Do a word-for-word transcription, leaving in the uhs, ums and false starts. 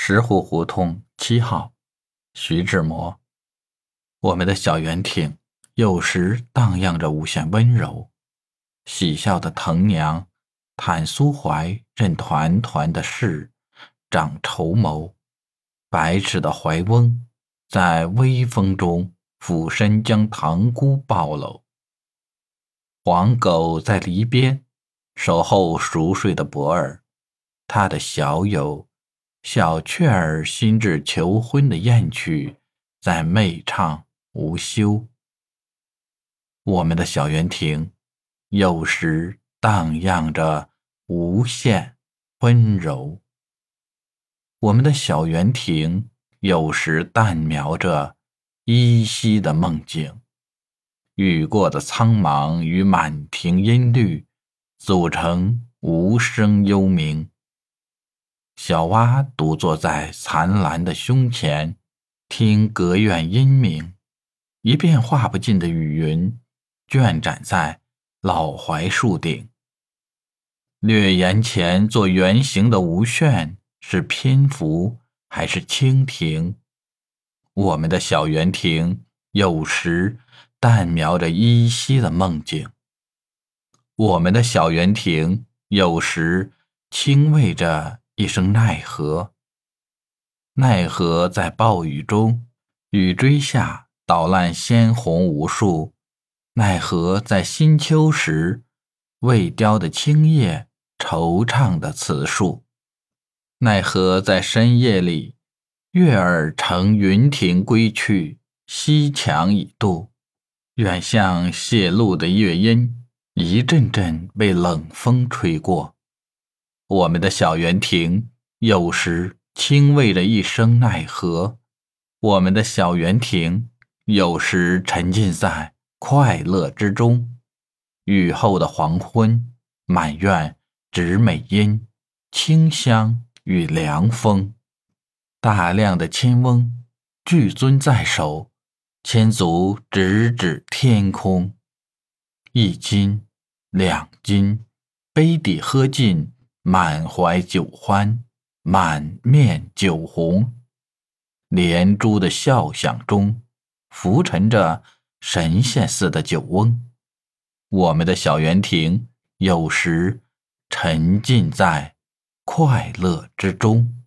石湖胡同七号，徐志摩。我们的小圆艇有时荡漾着无限温柔，喜笑的藤娘袒苏怀，任团团的事长绸缪。白痴的怀翁在微风中俯身将塘沽抱搂。黄狗在篱边守候熟睡的博儿，他的小友小雀儿心智求婚的艳曲在媚唱无休。我们的小圆艇有时荡漾着无限温柔，我们的小圆艇有时淡描着依稀的梦境。雨过的苍茫与满庭音律组成无声幽鸣。小蛙独坐在残蓝的胸前，听阁院音鸣，一片画不尽的雨云卷展在老槐树顶。略檐前做圆形的无旋是蝙蝠还是蜻蜓？我们的小圆艇有时淡描着依稀的梦境，我们的小圆艇有时轻慰着一声奈何。奈何在暴雨中，雨锥下捣烂鲜红无数；奈何在新秋时，未凋的青叶惆怅的词树；奈何在深夜里，月儿乘云亭归去，西墙已渡。远向泄露的乐音一阵阵被冷风吹过。我们的小圆艇有时轻慰着一声奈何，我们的小圆艇有时沉浸在快乐之中。雨后的黄昏，满院纸美音，清香与凉风。大量的千翁巨尊在手，千足直指天空。一斤两斤，杯底喝尽，满怀酒欢，满面酒红。连珠的笑响中浮沉着神仙似的酒翁。我们的小圆艇有时沉浸在快乐之中。